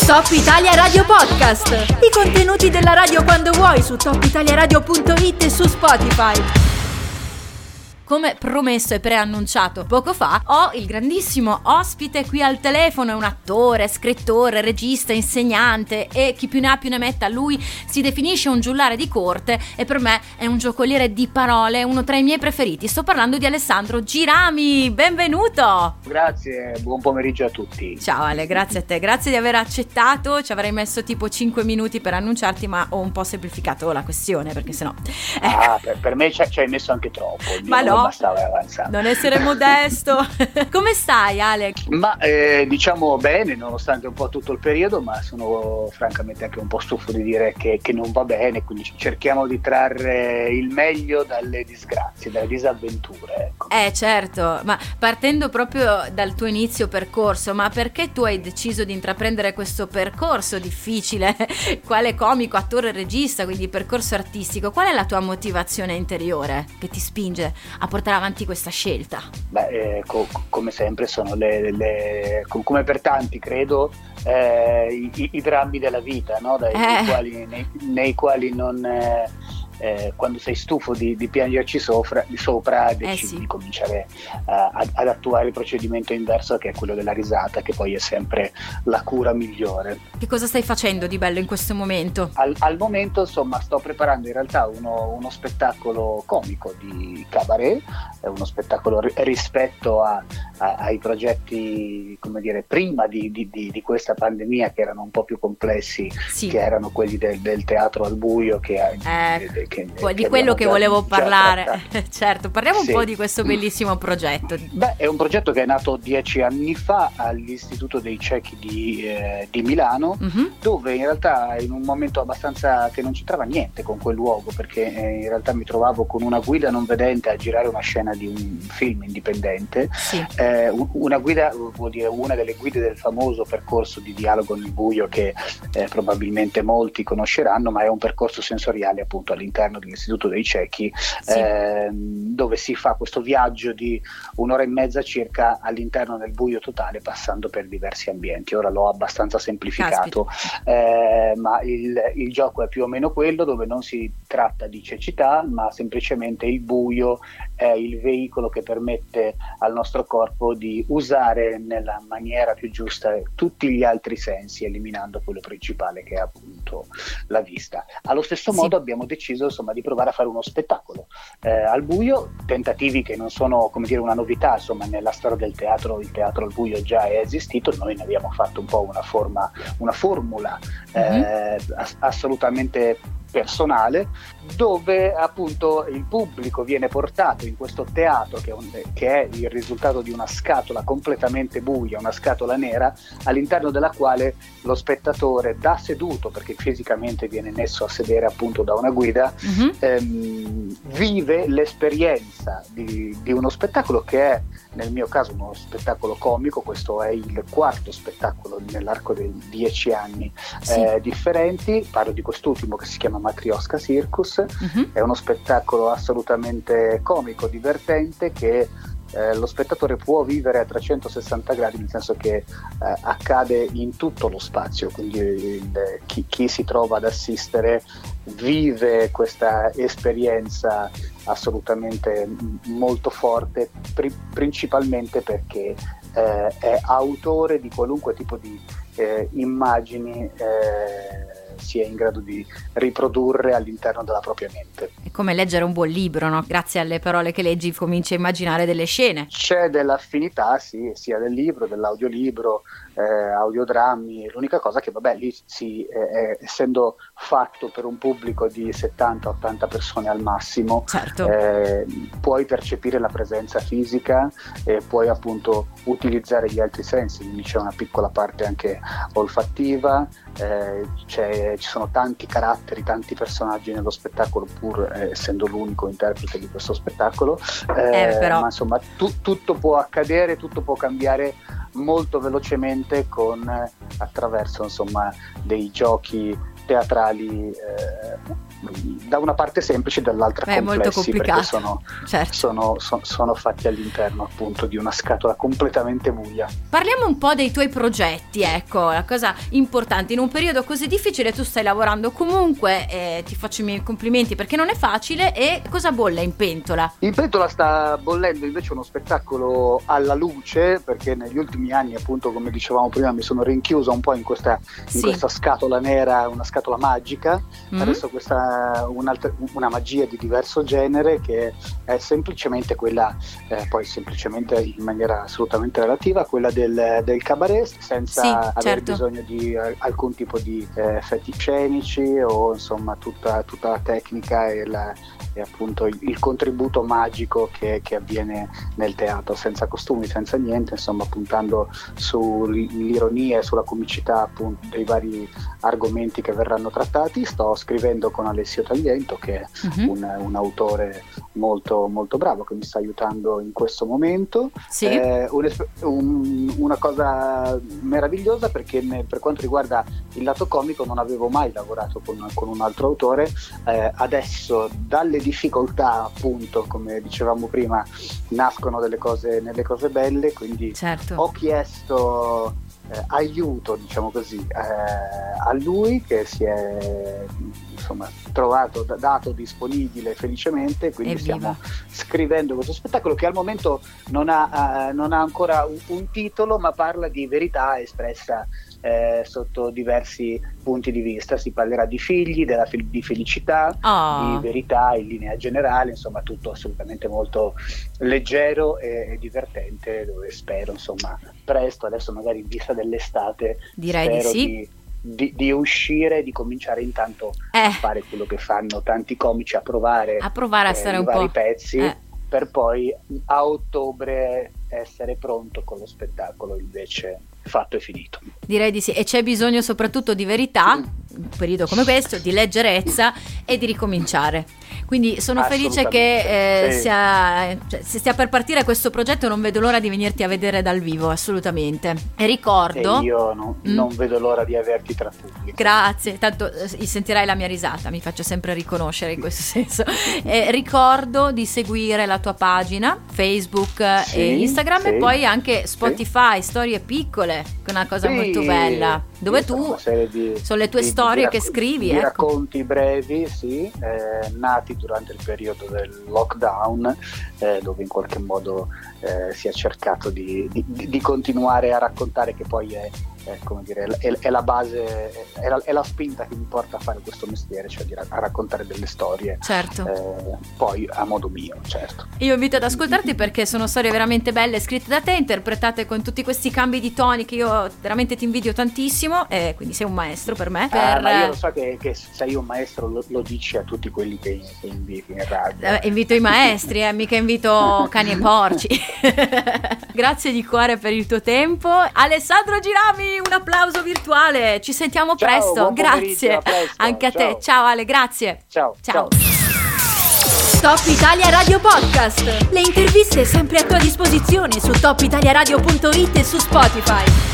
Top Italia Radio Podcast. I contenuti della radio quando vuoi su topitaliaradio.it e su Spotify. Come promesso e preannunciato poco fa, ho il grandissimo ospite qui al telefono, è un attore, scrittore, regista, insegnante e chi più ne ha più ne metta. Lui si definisce un giullare di corte e per me è un giocoliere di parole, uno tra i miei preferiti. Sto parlando di Alessandro Girami, benvenuto! Grazie, buon pomeriggio a tutti. Ciao Ale, grazie a te, grazie di aver accettato. Ci avrei messo tipo 5 minuti per annunciarti, ma ho un po' semplificato la questione perché sennò... Per me ci hai messo anche troppo. Ma no, bastava avanzare. Non essere modesto. Come stai, Ale? Ma diciamo bene, nonostante un po' tutto il periodo, ma sono francamente anche un po' stufo di dire che non va bene, quindi cerchiamo di trarre il meglio dalle disgrazie, dalle disavventure, ecco. Certo, ma partendo proprio dal tuo inizio percorso, ma perché tu hai deciso di intraprendere questo percorso difficile? Quale comico, attore, regista, quindi percorso artistico? Qual è la tua motivazione interiore che ti spinge a portare avanti questa scelta? Come sempre sono come per tanti credo, i drammi della vita, no? Nei quali non quando sei stufo di piangerci sopra decidi sì, di cominciare ad attuare il procedimento inverso, che è quello della risata, che poi è sempre la cura migliore. Che cosa stai facendo di bello in questo momento? Al momento, insomma, sto preparando in realtà uno spettacolo comico di cabaret, uno spettacolo rispetto ai progetti, come dire, prima di questa pandemia, che erano un po' più complessi, sì, che erano quelli del teatro al buio, di quello che volevo parlare. Certo, parliamo un po' di questo bellissimo progetto. È un progetto che è nato 10 anni fa all'Istituto dei Ciechi di Milano, dove in realtà in un momento abbastanza che non c'entrava niente con quel luogo, perché in realtà mi trovavo con una guida non vedente a girare una scena di un film indipendente. Sì. Una guida vuol dire una delle guide del famoso percorso di dialogo nel buio, che probabilmente molti conosceranno, ma è un percorso sensoriale appunto all'interno dell'Istituto dei Ciechi, sì, dove si fa questo viaggio di un'ora e mezza circa all'interno del buio totale, passando per diversi ambienti. Ora l'ho abbastanza semplificato, ma il gioco è più o meno quello, dove non si tratta di cecità, ma semplicemente il buio è il veicolo che permette al nostro corpo di usare nella maniera più giusta tutti gli altri sensi, eliminando quello principale, che è appunto la vista. Allo stesso modo abbiamo deciso, insomma, di provare a fare uno spettacolo al buio, tentativi che non sono, come dire, una novità, insomma, nella storia del teatro. Il teatro al buio già è esistito, noi ne abbiamo fatto un po' una formula assolutamente personale, dove appunto il pubblico viene portato in questo teatro che è il risultato di una scatola completamente buia, una scatola nera, all'interno della quale lo spettatore, da seduto, perché fisicamente viene messo a sedere appunto da una guida, vive l'esperienza di uno spettacolo che è, nel mio caso, uno spettacolo comico. Questo è il quarto spettacolo nell'arco dei 10 anni differenti. Parlo di quest'ultimo, che si chiama Matrioska Circus. È uno spettacolo assolutamente comico, divertente, che lo spettatore può vivere a 360 gradi, nel senso che accade in tutto lo spazio, quindi chi si trova ad assistere vive questa esperienza assolutamente molto forte, principalmente perché è autore di qualunque tipo di immagini sia in grado di riprodurre all'interno della propria mente. È come leggere un buon libro, no? Grazie alle parole che leggi cominci a immaginare delle scene. C'è dell'affinità, sì, sia del libro, dell'audiolibro, audiodrammi. L'unica cosa che, lì essendo fatto per un pubblico di 70-80 persone al massimo, certo, puoi percepire la presenza fisica e puoi appunto utilizzare gli altri sensi, quindi c'è una piccola parte anche olfattiva, ci sono tanti caratteri, tanti personaggi nello spettacolo, pur essendo l'unico interprete di questo spettacolo, però... ma insomma tutto può accadere, tutto può cambiare molto velocemente attraverso insomma dei giochi teatrali da una parte semplici, dall'altra complessi, molto complicato, perché sono fatti all'interno appunto di una scatola completamente buia. Parliamo un po' dei tuoi progetti, ecco, la cosa importante, in un periodo così difficile tu stai lavorando comunque, ti faccio i miei complimenti perché non è facile. E cosa bolle in pentola? In pentola sta bollendo invece uno spettacolo alla luce, perché negli ultimi anni, appunto, come dicevamo prima, mi sono rinchiuso un po' in questa scatola nera, una scatola magica. Adesso questa una magia di diverso genere, che è semplicemente quella, poi semplicemente in maniera assolutamente relativa, quella del cabaret, senza aver bisogno di alcun tipo di effetti scenici o insomma tutta la tecnica e appunto il contributo magico che avviene nel teatro, senza costumi, senza niente, insomma puntando sull'ironia e sulla comicità appunto dei vari argomenti che verranno trattati. Sto scrivendo con Alessio Tagliento, che è un autore molto molto bravo, che mi sta aiutando in questo momento. Una cosa meravigliosa, perché per quanto riguarda il lato comico non avevo mai lavorato con un altro autore. Adesso dalle difficoltà, appunto, come dicevamo prima, nascono nelle cose belle, quindi ho chiesto aiuto, diciamo così, a lui, che si è insomma trovato, dato disponibile felicemente, quindi stiamo scrivendo questo spettacolo che al momento non ha ancora un titolo, ma parla di verità espressa sotto diversi punti di vista. Si parlerà di figli, di felicità, di verità in linea generale, insomma tutto assolutamente molto leggero e divertente, dove spero insomma presto, adesso magari in vista dell'estate, direi di uscire, di cominciare intanto a fare quello che fanno tanti comici, a provare a stare un vari po' pezzi, per poi a ottobre essere pronto con lo spettacolo invece fatto e finito. Direi di sì, e c'è bisogno soprattutto di verità, in un periodo come questo, di leggerezza e di ricominciare. Quindi sono felice che si stia per partire questo progetto, non vedo l'ora di venirti a vedere dal vivo, assolutamente. E ricordo... E io non vedo l'ora di averti tra pubblico. Grazie, tanto sentirai la mia risata, mi faccio sempre riconoscere in questo senso. Ricordo di seguire la tua pagina Facebook e Instagram, e poi anche Spotify, Storie Piccole, che è una cosa molto bella, dove tu sono le tue storie che scrivi, racconti brevi, nati durante il periodo del lockdown, dove in qualche modo si è cercato di continuare a raccontare, che poi è come dire, è la base, è la spinta che mi porta a fare questo mestiere, cioè a raccontare delle storie, poi a modo mio, certo. Io invito ad ascoltarti perché sono storie veramente belle, scritte da te, interpretate con tutti questi cambi di toni che io veramente ti invidio tantissimo, e quindi sei un maestro per me. Ma io lo so che sei un maestro, lo dici a tutti quelli che inviti in radio. Invito i maestri, mica invito cani e porci. Grazie di cuore per il tuo tempo, Alessandro Girami. Un applauso virtuale, ci sentiamo presto. Grazie anche a te. Ciao Ale, grazie. Ciao. Top Italia Radio Podcast, le interviste sempre a tua disposizione su topitaliaradio.it e su Spotify.